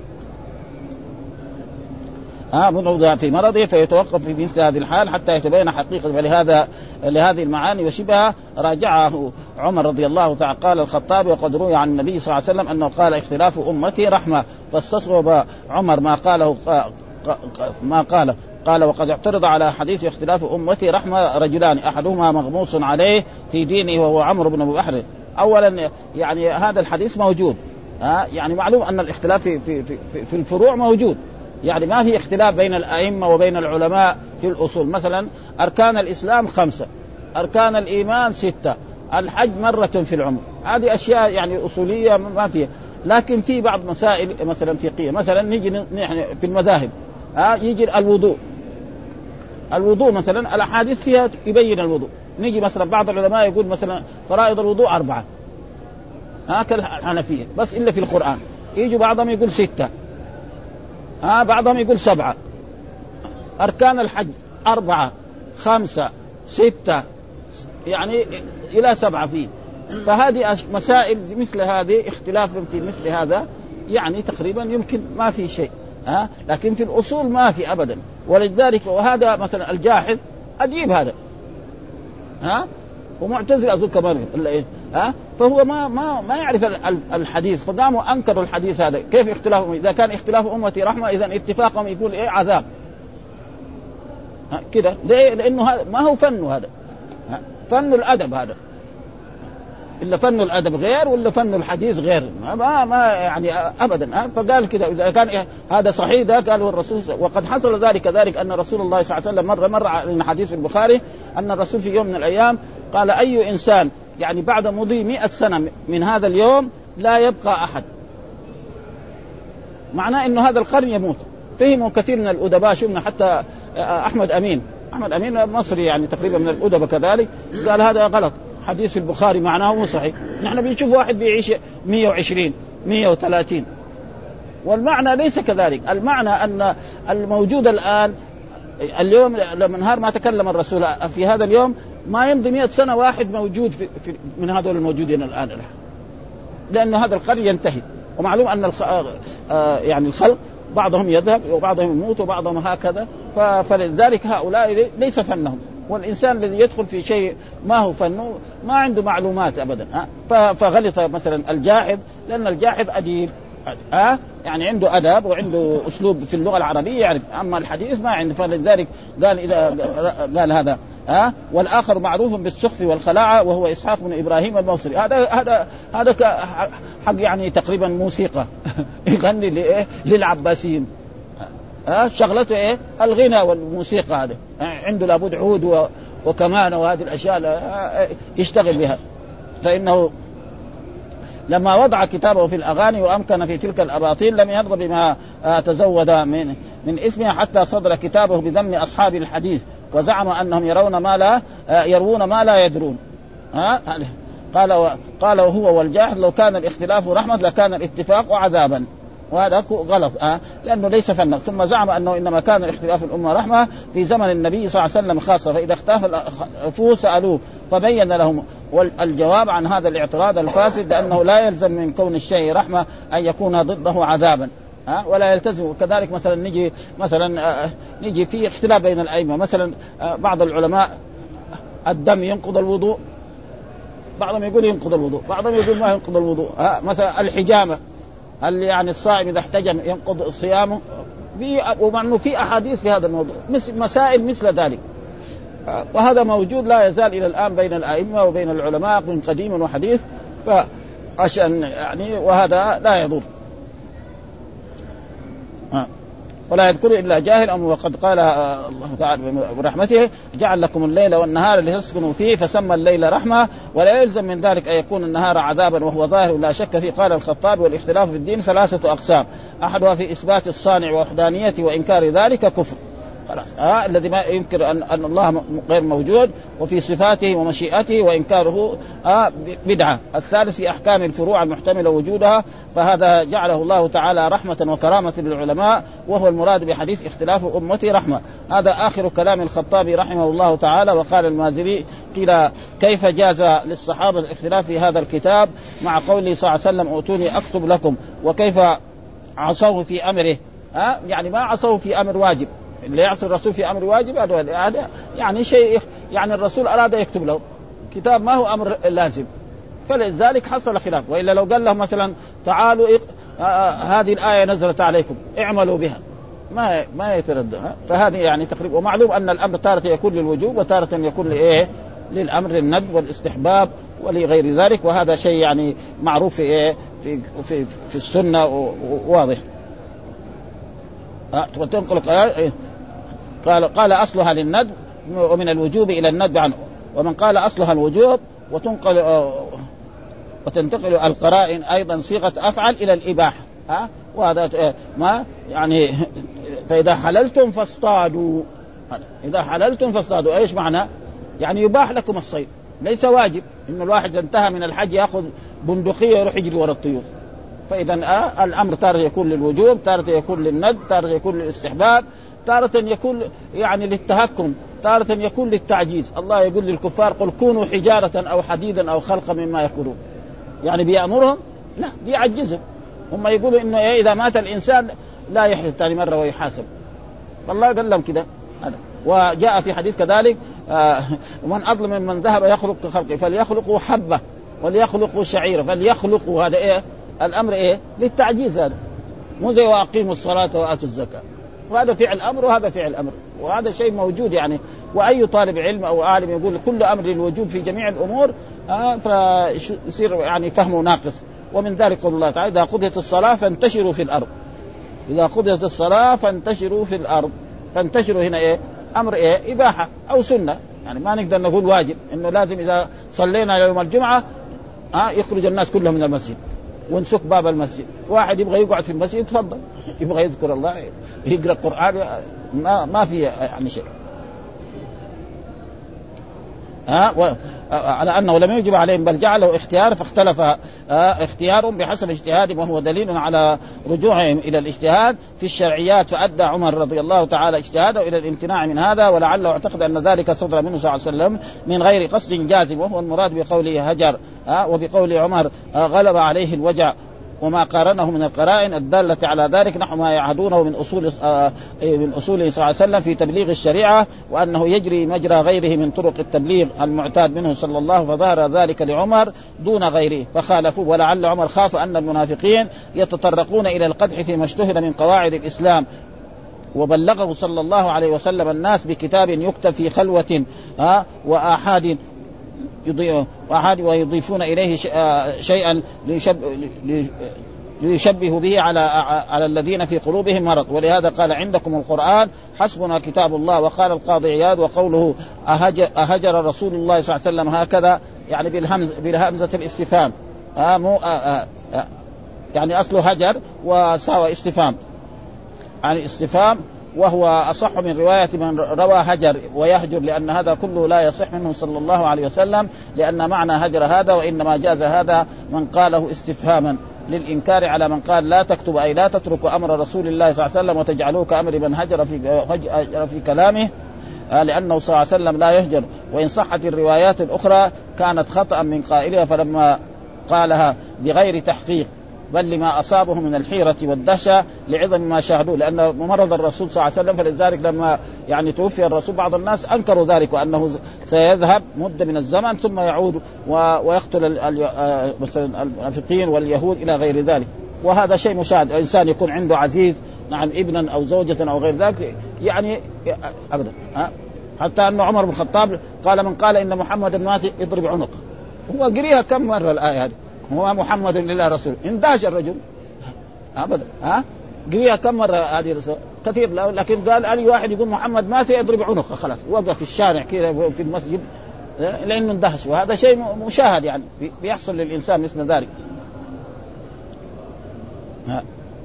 ها من في مرضه فيتوقف في مثل هذه الحال حتى يتبين حقيقة. فلهذا لهذه المعاني وشبهها راجعه عمر رضي الله تعالى. قال الخطابي وقد روي عن النبي صلى الله عليه وسلم أنه قال اختلاف أمتي رحمة، فاستصوب عمر ما قاله ما قاله قال وقد اعترض على حديث اختلاف أمتي رحمة رجلان أحدهما مغموس عليه في دينه وهو عمرو بن بحر. أولا يعني هذا الحديث موجود، ها يعني معلوم أن الاختلاف في في في, في الفروع موجود، يعني ما في اختلاف بين الأئمة وبين العلماء في الأصول. مثلا أركان الإسلام خمسة، أركان الإيمان ستة، الحج مرة في العمر. هذه أشياء يعني أصولية ما فيها. لكن في بعض مسائل مثلا فقهية، مثلا نيجي نحن في المذاهب ها يجي الوضوء الوضوء مثلا الأحاديث فيها يبين الوضوء. نيجي مثلا بعض العلماء يقول مثلا فرائض الوضوء أربعة هكذا الحنفية بس إلا في القرآن. يجي بعضهم يقول ستة، ها بعضهم يقول سبعة. أركان الحج أربعة خمسة ستة يعني إلى سبعة فيه. فهذه مسائل مثل هذه اختلاف في مثل هذا يعني تقريبا يمكن ما في شيء، ها لكن في الأصول ما في أبدا. ولذلك وهذا مثلا الجاحظ أجيب هذا ها ومعتزل أقول كمان ها فهو ما ما ما يعرف الحديث، فقاموا أنكروا الحديث هذا. كيف اختلافهم؟ إذا كان اختلاف أمتي رحمة إذا اتفاقهم يقول إيه عذاب كده. ليه؟ لأنه هذا ما هو فن، هذا فن الأدب هذا، إلا فن الأدب غير ولا فن الحديث غير ما ما يعني أبدا. فقال كده إذا كان هذا صحيح ده قالوا الرسول. وقد حصل ذلك ذلك أن رسول الله صلى الله عليه وسلم مرة مرة على حديث البخاري أن الرسول في يوم من الأيام قال أي إنسان يعني بعد مضي مئة سنة من هذا اليوم لا يبقى أحد، معناه إنه هذا القرن يموت. فهموا كثير من الأدباء، شفنا حتى أحمد أمين أحمد أمين مصري يعني تقريبا من الأدباء كذلك قال هذا غلط، حديث البخاري معناه مو صحيح. نحن بنشوف واحد بيعيش مئة وعشرين مئة وثلاثين والمعنى ليس كذلك. المعنى أن الموجود الآن اليوم لما نهار ما تكلم الرسول في هذا اليوم ما يمضي مئة سنة واحد موجود في في من هذول الموجودين الآن، لأن هذا القرن ينتهي. ومعلوم أن الخ... آه يعني الخلق بعضهم يذهب وبعضهم يموت وبعضهم هكذا، فلذلك هؤلاء ليس فنهم. والإنسان الذي يدخل في شيء ما هو فنه ما عنده معلومات أبدا. فغلط مثلا الجاحظ، لأن الجاحظ أديب، ها يعني عنده أدب وعنده أسلوب في اللغة العربية يعرف، أما الحديث ما عنده، فلذلك قال إذا قال هذا. ها والآخر معروف بالسخف والخلاعة وهو إسحاق بن إبراهيم الموصلي، هذا هذا هذا حق يعني تقريبا موسيقى يغني لإيه للعباسيين. ها شغلته إيه الغنى والموسيقى، هذا عنده لابد عود وكمان وهذه الأشياء يشتغل بها. فإنه لما وضع كتابه في الأغاني وأمكن في تلك الأباطيل لم يرضى بما تزود من من اسمه، حتى صدر كتابه بذم أصحاب الحديث، وزعم أنهم يرون ما لا يروون ما لا يدرون. ها قال قال وهو والجاحظ لو كان الاختلاف رحمة لكان الاتفاق عذابا، وهذا غلط أه؟ لأنه ليس فن. ثم زعم أنه إنما كان الاختلاف الأمة رحمة في زمن النبي صلى الله عليه وسلم خاصة، فإذا اختلف الأفوس سألوه فبين لهم. والجواب عن هذا الاعتراض الفاسد لأنه لا يلزم من كون الشيء رحمة أن يكون ضده عذابا، أه؟ ولا يلتزم. كذلك مثلا نجي مثلا أه نجي في اختلاف بين الأئمة، مثلا أه بعض العلماء الدم ينقض الوضوء، بعضهم يقول ينقض الوضوء، بعضهم يقول ما ينقض الوضوء. أه مثلا الحجامة، هل يعني الصائم إذا احتجم ينقض صيامه؟ في ومعنه في أحاديث في هذا الموضوع، مسائل مثل ذلك، وهذا موجود لا يزال إلى الآن بين الأئمة وبين العلماء من قديم وحديث، فعشان يعني وهذا لا يضر ولا يذكر إلا جاهل. أم وقد قال الله تعالى برحمته جعل لكم الليل والنهار لتسكنوا فيه، فسمى الليل رحمة، ولا يلزم من ذلك أن يكون النهار عذابا، وهو ظاهر لا شك فيه. قال الخطابي والاختلاف في الدين ثلاثة أقسام، أحدها في إثبات الصانع ووحدانيته وإنكار ذلك كفر، خلاص آه الذي ما ينكر أن, أن الله غير موجود، وفي صفاته ومشيئته وإنكاره آه بدعة. الثالث في أحكام الفروع المحتملة وجودها، فهذا جعله الله تعالى رحمة وكرامة للعلماء، وهو المراد بحديث اختلاف أمتي رحمة. هذا آخر كلام الخطابي رحمه الله تعالى. وقال المازري قيل كيف جاز للصحابة الاختلاف في هذا الكتاب مع قوله صلى الله عليه وسلم أوتوني أكتب لكم، وكيف عصوه في أمره؟ آه يعني ما عصوه في أمر واجب، اللي يعصي الرسول في أمر واجب هذا يعني شيء، يعني الرسول أراد يكتب له كتاب ما هو أمر لازم، فلذلك حصل خلاف. وإلا لو قال لهم مثلا تعالوا آه آه هذه الآية نزلت عليكم اعملوا بها، ما ما يتردد. فهذه يعني تقريبا. ومعلوم أن الأمر تارة يكون للوجوب وتارة يكون لإيه للأمر الندب والاستحباب ولغير ذلك، وهذا شيء يعني معروف في إيه في في في السنة وواضح. وتنقل قال قال أصلها للندب ومن الوجوب إلى الندب عنه، ومن قال أصلها الوجوب وتنقل وتنتقل القرائن أيضا صيغة أفعل إلى الإباحة. ها وهذا ما يعني فإذا حللتم فاصطادوا، إذا حللتم فاصطادوا إيش معنى؟ يعني يباح لكم الصيد، ليس واجب إن الواحد انتهى من الحج يأخذ بندقية يروح يجري وراء الطيور. فإذا آه الأمر تارة يكون للوجوب، تارة يكون للند، تارة يكون للاستحباب، تارة يكون يعني للتهكم، تارة يكون للتعجيز. الله يقول للكفار قل كونوا حجارة أو حديدا أو خلقا مما يقولون، يعني بيأمرهم لا بيعجزهم. هم يقولوا إنه إذا مات الإنسان لا يحيى ثاني مرة ويحاسب، فالله قال لهم كده. وجاء في حديث كذلك آه ومن أظلم من ذهب يخلق كخلقه فليخلقوا حبة وليخلقوا شعيرة فليخلقوا. هذا إيه الأمر إيه للتعجيز، هذا مو زي وأقيموا الصلاة وآتوا الزكاة، وهذا فعل أمر وهذا فعل أمر، وهذا شيء موجود يعني. وأي طالب علم أو عالم يقول كل أمر للوجوب في جميع الأمور آه فيصير يعني فهمه ناقص. ومن ذلك قول الله تعالى إذا قضيت الصلاة فانتشروا في الأرض، إذا قضيت الصلاة فانتشروا في الأرض. فانتشروا هنا إيه أمر إيه إباحة أو سنة، يعني ما نقدر نقول واجب إنه لازم إذا صلينا يوم الجمعة آه يخرج الناس كلهم من المسجد ونسك باب المسجد. واحد يبغى يقعد في المسجد تفضل، يبغى يذكر الله يقرأ القرآن ما ما في يعني شيء. ها و... على أنه لم يجب عليهم بل جعله اختيار، فاختلف اه اختيارهم بحسب اجتهادهم، وهو دليل على رجوعهم إلى الاجتهاد في الشرعيات. فأدى عمر رضي الله تعالى اجتهاده إلى الامتناع من هذا، ولعله اعتقد أن ذلك صدر منه صلى الله عليه وسلم من غير قصد جازم، وهو المراد بقوله هجر اه وبقول عمر اه غلب عليه الوجع وما قارنه من القرائن الدالة على ذلك نحو ما يعهدونه من أصول آه من أصوله صلى الله عليه وسلم في تبليغ الشريعة، وأنه يجري مجرى غيره من طرق التبليغ المعتاد منه صلى الله عليه وسلم، فظهر ذلك لعمر دون غيره فخالفوا. ولعل عمر خاف أن المنافقين يتطرقون إلى القدح فيما اشتهر من قواعد الإسلام، وبلغه صلى الله عليه وسلم الناس بكتاب يكتب في خلوة ها وآحاد وآحاد ويضيفون إليه شيئا ليشبه به على على الذين في قلوبهم مرض، ولهذا قال عندكم القرآن حسبنا كتاب الله. وقال القاضي عياض وقوله أهجر, أهجر رسول الله صلى الله عليه وسلم هكذا يعني بالهمز بالهمزة الاستفهام آه مو آه آه آه يعني أصله هجر وساوى استفهام يعني استفهام، وهو أصح من رواية من روى هجر ويهجر، لأن هذا كله لا يصح منه صلى الله عليه وسلم، لأن معنى هجر هذا وإنما جاز هذا من قاله استفهاما للإنكار على من قال لا تكتب أي لا تترك أمر رسول الله صلى الله عليه وسلم وتجعلوه كأمر من هجر في, هجر في كلامه، لأنه صلى الله عليه وسلم لا يهجر. وإن صحت الروايات الأخرى كانت خطأ من قائلها، فلما قالها بغير تحقيق بل لما أصابه من الحيرة والدهشة لعظم ما شاهدوه، لأن مرض الرسول صلى الله عليه وسلم، فلذلك لما يعني توفي الرسول بعض الناس أنكروا ذلك، وأنه سيذهب مدة من الزمن ثم يعود ويقتل المنافقين واليهود إلى غير ذلك. وهذا شيء مشاهد، الإنسان يكون عنده عزيز نعم ابنا أو زوجة أو غير ذلك يعني أبدا ها؟ حتى أن عمر بن الخطاب قال من قال إن محمد مات يضرب عنقه، هو قريها كم مرة الآية هذه هو محمد لله رسول، اندهش الرجل ابدا ها قريها كم مره هذه الرسول كثير، لكن قال اي واحد يقول محمد مات يضرب عنقه خلاص، وقف في الشارع كذا في المسجد لانه اندهش. وهذا شيء مشاهد يعني بيحصل للانسان مثل ذلك. ها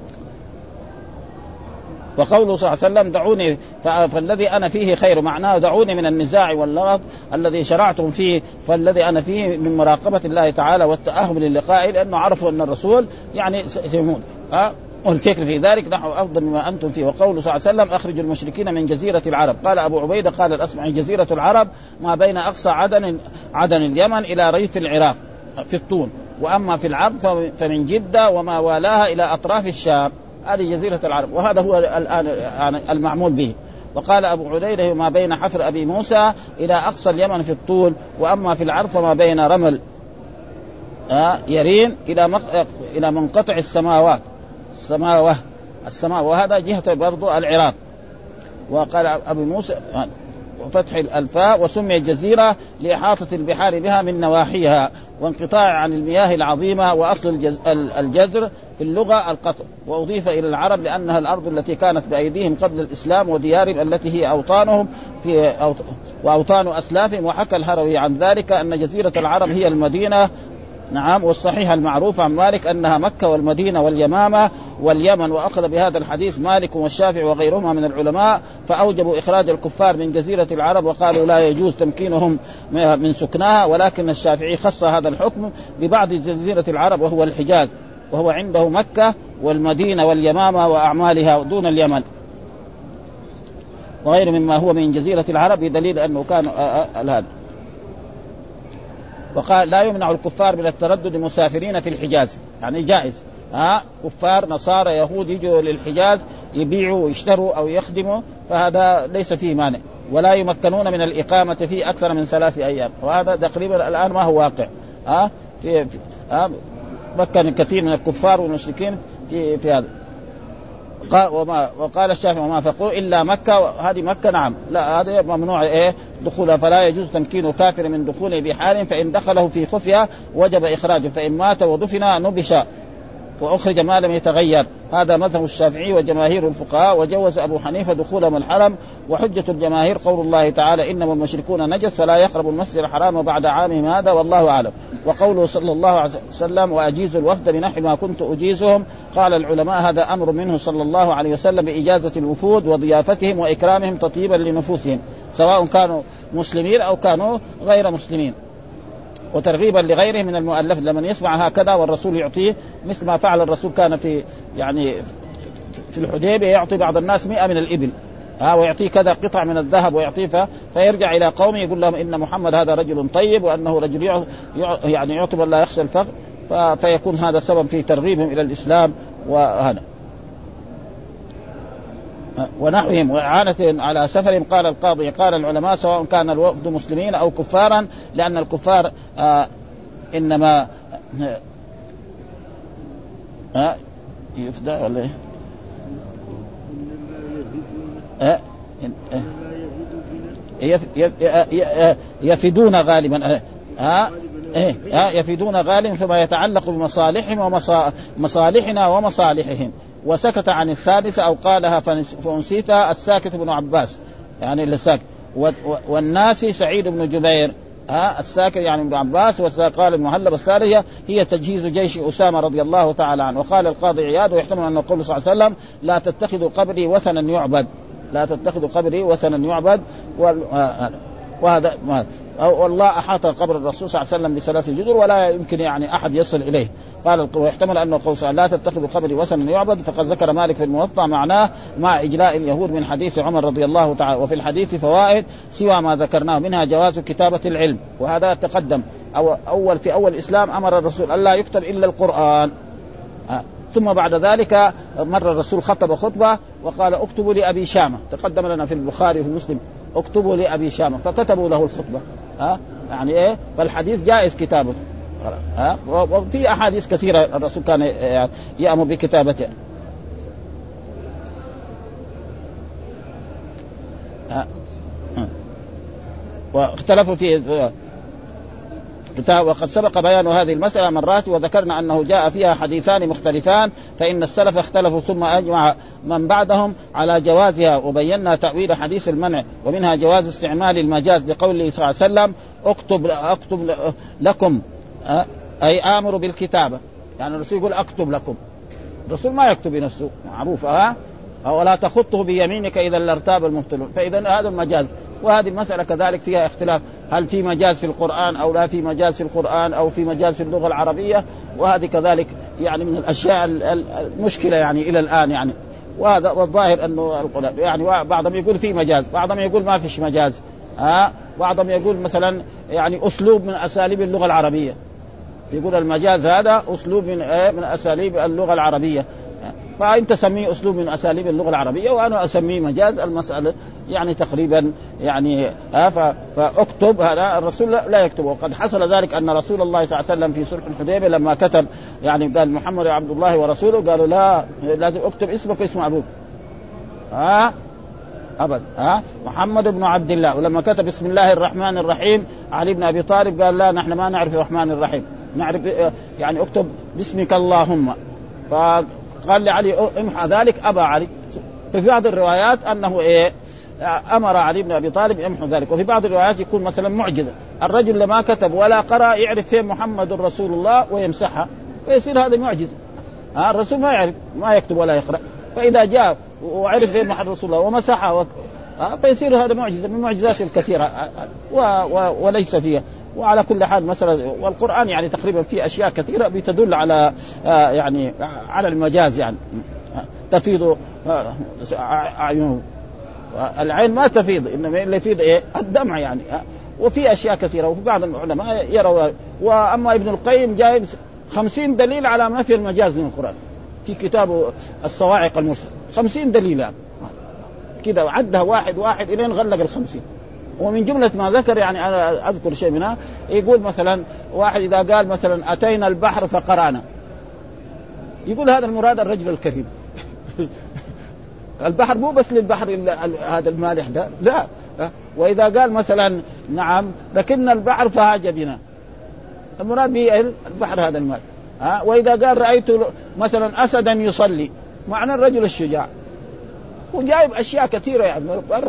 وقوله صلى الله عليه وسلم دعوني فالذي أنا فيه خير، معناه دعوني من النزاع واللغط الذي شرعتم فيه، فالذي أنا فيه من مراقبة الله تعالى والتأهب للقاء، لأنه عرفوا أن الرسول يعني سيموت أه؟ والفكر في ذلك نحو أفضل مما أنتم فيه. وقوله صلى الله عليه وسلم أخرجوا المشركين من جزيرة العرب. قال أبو عبيدة قال الأصمعي جزيرة العرب ما بين أقصى عدن عدن اليمن إلى ريف العراق في الطول، وأما في العرب فمن جدة وما والاها إلى أطراف الشام، هذه جزيرة العرب، وهذا هو الآن المعمول به. وقال أبو عبيدة ما بين حفر أبي موسى إلى أقصى اليمن في الطول، وأما في العرب فما بين رمل آه يرين إلى إلى منقطع السماوات السماوة السماء، وهذا جهة برضو العراق. وقال أبو موسى وفتح الفاء وسمي الجزيرة لإحاطة البحار بها من نواحيها وانقطاع عن المياه العظيمة. وأصل الجزر في اللغة القطع، وأضيف إلى العرب لأنها الأرض التي كانت بأيديهم قبل الإسلام وديارهم التي هي أوطانهم في أوط... وأوطان أسلافهم. وحكى الهروي عن ذلك أن جزيرة العرب هي المدينة. نعم. والصحيح المعروف عن مالك أنها مكة والمدينة واليمامة واليمن. وأخذ بهذا الحديث مالك والشافعي وغيرهما من العلماء، فأوجبوا إخراج الكفار من جزيرة العرب وقالوا لا يجوز تمكينهم من سكنها. ولكن الشافعي خص هذا الحكم ببعض جزيرة العرب وهو الحجاز، وهو عنده مكة والمدينة واليمامة وأعمالها دون اليمن وغير مما هو من جزيرة العرب، بدليل أنه كان هذا. وقال لا يمنع الكفار من التردد مسافرين في الحجاز، يعني جائز ها كفار نصارى يهود يجوا للحجاز يبيعوا ويشتروا أو يخدموا، فهذا ليس فيه مانع. ولا يمكنون من الإقامة فيه أكثر من ثلاث أيام، وهذا تقريبا الآن ما هو واقع ها في, في ها مكن كثير من الكفار والمشركين في في هذا. وما وقال الشافعي وما فقوا إلا مكة، هذه مكة نعم لا هذا ممنوع إيه دخولها، فلا يجوز تمكين كافر من دخوله بحال، فإن دخله في خفية وجب إخراجه، فإن مات ودفن نبش وأخرج ما لم يتغير. هذا مذهب الشافعي وجماهير الفقهاء. وجوز أبو حنيفة دخولهم الحرم. وحجة الجماهير قول الله تعالى إنما المشركون نجس فلا يقربوا المسجد الحرام بعد عامهم هذا والله أعلم. وقوله صلى الله عليه وسلم وأجيز الوفد بنحو ما كنت أجيزهم، قال العلماء هذا أمر منه صلى الله عليه وسلم بإجازة الوفود وضيافتهم وإكرامهم تطيبا لنفوسهم، سواء كانوا مسلمين أو كانوا غير مسلمين، وترغيبا لغيره من المؤلف لمن يسمع هكذا والرسول يعطيه، مثل ما فعل الرسول كان في يعني في الحديبية يعطي بعض الناس مئة من الإبل ها ويعطيه كذا قطع من الذهب ويعطيه، فيرجع إلى قومه يقول لهم إن محمد هذا رجل طيب وأنه رجل يعني يعطي من لا يخشى الفقر فيكون هذا سبب في ترغيبهم إلى الإسلام وهذا ونحوهم وإعانة على سفرهم. قال القاضي قال العلماء سواء كان الوفد مسلمين أو كفارا، لأن الكفار آه إنما آه يفدى ولا إيه آه يفدون غالبا آه إيه يفدون غالبا فيما يتعلق بمصالحهم ومصالحنا ومصالحهم. وسكت عن الثالثة أو قالها فأنسيتها الساكت ابن عباس يعني اللي ساكت، والناس سعيد بن جبير ها الساكت يعني ابن عباس. وقال المهلب الثالثة هي تجهيز جيش أسامة رضي الله تعالى عنه. وقال القاضي عياض ويحتمل أن قول صلى الله عليه وسلم لا تتخذوا قبري وثنا يعبد، لا تتخذوا قبري وثنا يعبد. وهذا والله أحاط قبر الرسول صلى الله عليه وسلم بثلاث جدر ولا يمكن يعني أحد يصل إليه. قال ويحتمل أنه قول لا تتخذوا قبري وثنا يعبد، فقد ذكر مالك في الموطأ معناه مع إجلاء اليهود من حديث عمر رضي الله تعالى. وفي الحديث فوائد سوى ما ذكرناه، منها جواز كتابة العلم، وهذا تقدم أو أول في أول الإسلام أمر الرسول ألا يكتب إلا القرآن. ثم بعد ذلك مر الرسول خطب خطبة وقال اكتبوا لأبي شامة، تقدم لنا في البخاري وفي مسلم اكتبوا لأبي شامة، فكتبوا له الخطبة ها يعني إيه. فالحديث جائز كتابه ها. وفي أحاديث كثيرة الرسول كان يأمر بكتابته ها. واختلفوا في كتاب. وقد سبق بيان هذه المسألة مرات وذكرنا أنه جاء فيها حديثان مختلفان، فإن السلف اختلفوا ثم أجمع من بعدهم على جوازها، وبينا تأويل حديث المنع، ومنها جواز استعمال المجاز لقوله صلى الله عليه وسلم اكتب, أكتب لكم أي آمر بالكتابة، يعني الرسول يقول أكتب لكم، الرسول ما يكتب بنفسه معروف ها أو لا تخطه بيمينك إذا لارتاب المبطلون. فإذا هذا المجاز. وهذه المسألة كذلك فيها اختلاف، هل في مجاز في القرآن أو لا في مجاز في القرآن أو في مجاز في اللغة العربية، وهذه كذلك يعني من الأشياء المشكلة يعني إلى الآن يعني. وهذا والظاهر أنه القرآن يعني بعضهم يقول في مجاز، بعضهم يقول ما فيش مجاز ها، بعضهم يقول مثلا يعني أسلوب من أساليب اللغة العربية، يقول المجاز هذا أسلوب من من أساليب اللغة العربية، فأنت تسميه أسلوب من أساليب اللغة العربية وأنا أسميه مجاز. المسألة يعني تقريبا يعني فأكتب هذا الرسول لا يكتبه. وقد حصل ذلك أن رسول الله صلى الله عليه وسلم في صلح الحديبية لما كتب يعني قال محمد عبد الله ورسوله، قالوا لا لازم أكتب اسمك اسم أبوك ها أبد ها محمد بن عبد الله. ولما كتب بسم الله الرحمن الرحيم علي بن أبي طالب قال لا نحن ما نعرف الرحمن الرحيم، نعرف يعني اكتب باسمك اللهم. فقال لعلي امحى ذلك، أبى علي. في بعض الروايات أنه إيه أمر علي بن أبي طالب يمحو ذلك. وفي بعض الروايات يكون مثلا معجزة، الرجل لما كتب ولا قرأ يعرف فين محمد رسول الله ويمسحها ويصير هذا معجزة. ها الرسول ما يعرف ما يكتب ولا يقرأ، فإذا جاء وعرف فين محمد رسول الله ومسحها و... فيصير هذا معجزة من المعجزات الكثيرة و... و... وليس فيها. وعلى كل حال مثلا والقرآن يعني تقريبا في أشياء كثيرة بتدل على آه يعني على المجاز، يعني تفيض أعينهم العين ما تفيض إنما اللي يفيض إيه الدمع يعني. وفي أشياء كثيرة. وفي بعض العلماء يروا. وأما ابن القيم جايب خمسين دليل على ما في المجاز من القرآن في كتابه الصواعق المرسلة، خمسين دليل يعني. كده عدها واحد واحد إلين غلق الخمسين. ومن جملة ما ذكر يعني أنا أذكر شيء منها، يقول مثلا واحد إذا قال مثلا أتينا البحر فقرأنا، يقول هذا المراد الرجل الكريم. البحر مو بس للبحر هذا المالح ده لا. وإذا قال مثلا نعم لكن البحر فهاج بنا، المراد به البحر هذا المال. وإذا قال رأيت مثلا أسدا يصلي، معنى الرجل الشجاع. وجايب أشياء كثيرة يعني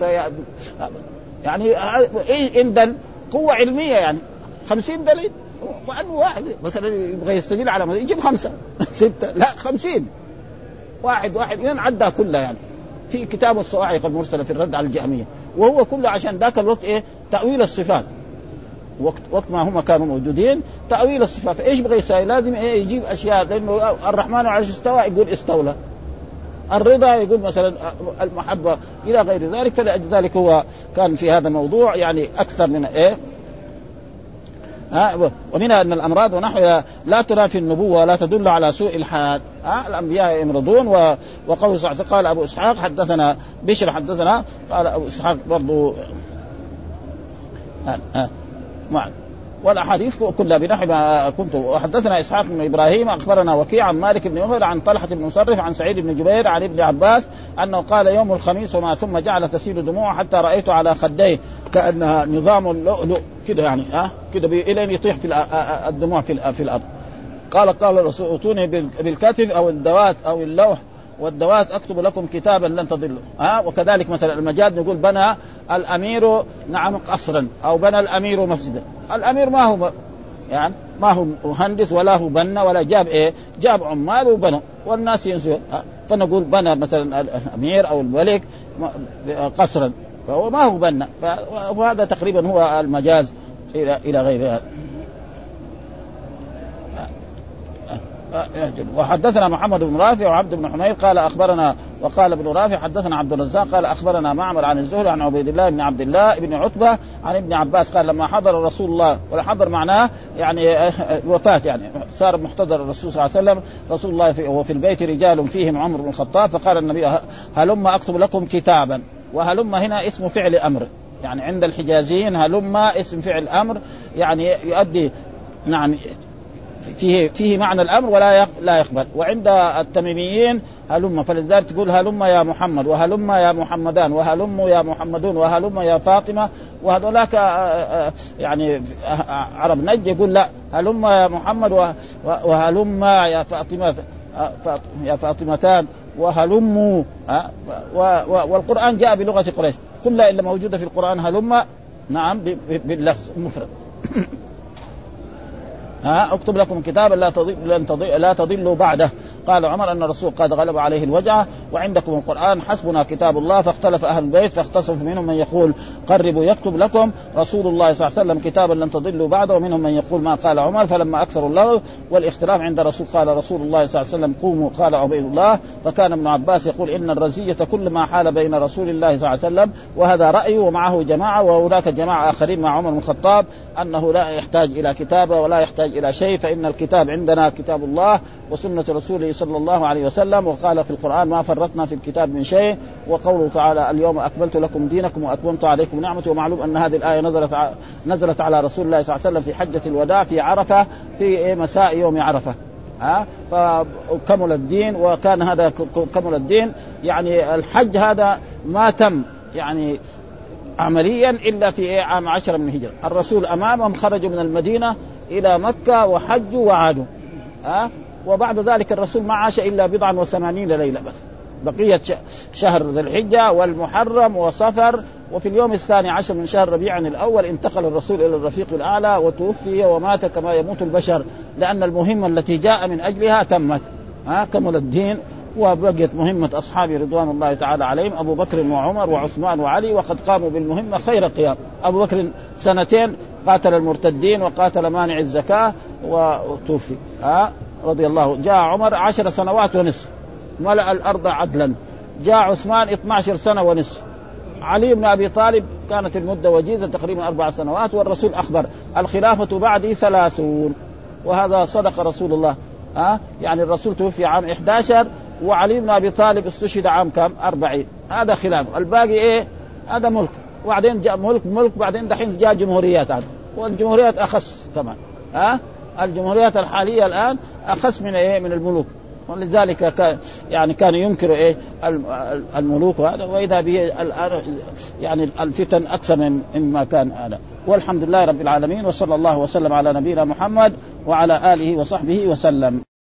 يعني عند قوة علمية يعني خمسين دليل. وأنه واحد مثلا يبغى يستدل على مثلا يجيب خمسة ستة لا خمسين واحد واحد إذن عدها كلها يعني في كتاب الصواعق المرسلة في الرد على الجهمية. وهو كله عشان ذاك الوقت إيه تأويل الصفات، وقت وقت ما هم كانوا موجودين تأويل الصفات. إيش بغى يسوي؟ لازم إيه يجيب أشياء، لأنه الرحمن على العرش استوى يقول استولى، الرضا يقول مثلا المحبة إلى غير ذلك. فلذلك هو كان في هذا الموضوع يعني أكثر من إيه ها ومنها أن الأمراض ونحوها لا تنافي النبوة ولا تدل على سوء الحال. ها الأنبياء يمرضون. وقول صلى الله عليه وسلم قال أبو إسحاق حدثنا بشر حدثنا قال أبو إسحاق برضو ها ها معنا والأحاديث كلها بنحو ما كنت. وحدثنا إسحاق بن إبراهيم أخبرنا وكيع عن مالك بن مغير عن طلحة بن مصرف عن سعيد بن جبير عن ابن عباس أنه قال يوم الخميس وما ثم جعل تسيل دموع حتى رأيت على خديه كأنها نظام اللؤلؤ كده يعني ها كده إلين يطيح في الدموع في في الأرض. قال قال الرسول ائتوني بالكتف أو الدوات أو اللوح والدوات أكتب لكم كتابا لن تضلوا. ها وكذلك مثلا المجاد نقول بنى الأمير نعم قصرا أو بنى الأمير مسجدا. الأمير ما هو يعني ما هو مهندس ولا هو بنى ولا جاب إيه جاب عمال وبنوا والناس ينسوا. فنقول بنى مثلا الأمير أو الملك قصرا فهو ما هو بنى. وهذا تقريبا هو المجاز إلى إلى غيرها. وحدثنا محمد بن رافع وعبد بن حميد قال أخبرنا وقال ابن رافع حدثنا عبد الرزاق قال أخبرنا معمر عن الزهري عن عبيد الله بن عبد الله بن عتبة عن ابن عباس قال لما حضر رسول الله ولا حضر معناه يعني الوفاة يعني صار محتضر الرسول صلى الله عليه وسلم رسول الله في وفي البيت رجال فيهم عمر بن الخطاب فقال النبي هلم أكتب لكم كتابا. وهلم هنا اسم فعل أمر يعني عند الحجازيين هلم اسم فعل أمر يعني يؤدي نعم فيه فيه معنى الأمر ولا لا يقبل. وعند التميميين هلم فلذلك تقول هلم يا محمد وهلم يا محمدان وهلم يا محمدون وهلم يا فاطمة. وهذولاك يعني عرب نجد يقول لا هلم يا محمد وهلم يا فاطمة يا فاطمتان وهلموا. والقرآن جاء بلغة قريش كلها إلا موجودة في القرآن هلم نعم باللفظ المفرد. ها اكتب لكم كتابا لا تضل لن تضل لا تضلوا بعده. قال عمر ان الرسول قد غلب عليه الوجع وعندكم القرآن حسبنا كتاب الله. فاختلف اهل البيت فاختصف منهم من يقول قربوا يكتب لكم رسول الله صلى الله عليه وسلم كتابا لن تضلوا بعده ومنهم من يقول ما قال عمر. فلما اكثر الله والاختلاف عند الرسول قال رسول الله صلى الله عليه وسلم قوموا. قال عبيد الله فكان ابن عباس يقول ان الرزية كل ما حال بين رسول الله صلى الله عليه وسلم وهذا رأيه ومعه جماعة وهناك جماعة آخرين مع عمر بن الخطاب أنه لا يحتاج إلى كتابة ولا يحتاج إلى شيء فإن الكتاب عندنا كتاب الله وسنة رسوله صلى الله عليه وسلم. وقال في القرآن ما فرطنا في الكتاب من شيء. وقوله تعالى اليوم أكملت لكم دينكم وأتممت عليكم نعمتي. ومعلوم أن هذه الآية نزلت نزلت على رسول الله صلى الله عليه وسلم في حجة الوداع في عرفة في مساء يوم عرفة. ها فكمل الدين وكان هذا كمل الدين يعني الحج هذا ما تم يعني عمليا إلا في عام عشرة من الهجرة. الرسول أمامهم خرجوا من المدينة إلى مكة وحجوا وعادوا. ها وبعد ذلك الرسول ما عاش إلا بضعا وثمانين ليلة بس. بقية شهر ذي الحجة والمحرم وصفر وفي اليوم الثاني عشر من شهر ربيع الأول انتقل الرسول إلى الرفيق الأعلى وتوفي ومات كما يموت البشر لأن المهمة التي جاء من أجلها تمت. ها كمل الدين وبقيت مهمة أصحابه رضوان الله تعالى عليهم أبو بكر وعمر وعثمان وعلي وقد قاموا بالمهمة خير قيام. أبو بكر سنتين قاتل المرتدين وقاتل مانع الزكاة وتوفي ها رضي الله. جاء عمر عشر سنوات ونصف ملأ الأرض عدلا. جاء عثمان اثنتي عشرة سنة ونصف. علي بن أبي طالب كانت المدة وجيزة تقريبا أربع سنوات والرسول أخبر الخلافة بعدي ثلاثون. وهذا صدق رسول الله. ها يعني الرسول توفي عام إحدى عشر وعلي بن أبي طالب استشهد عام كم أربعين. هذا خلاف الباقي إيه هذا ملك. وبعدين جاء ملك ملك بعدين دحين جاء جمهوريات عاد. والجمهوريات أخص كمان. ها الجمهوريات الحالية الآن أخص من إيه من الملوك. ولذلك كان يعني كان ينكر إيه الملوك وهذا وإذا به يعني الفتن أكثر مما كان هذا. والحمد لله رب العالمين وصلى الله وسلم على نبينا محمد وعلى آله وصحبه وسلم.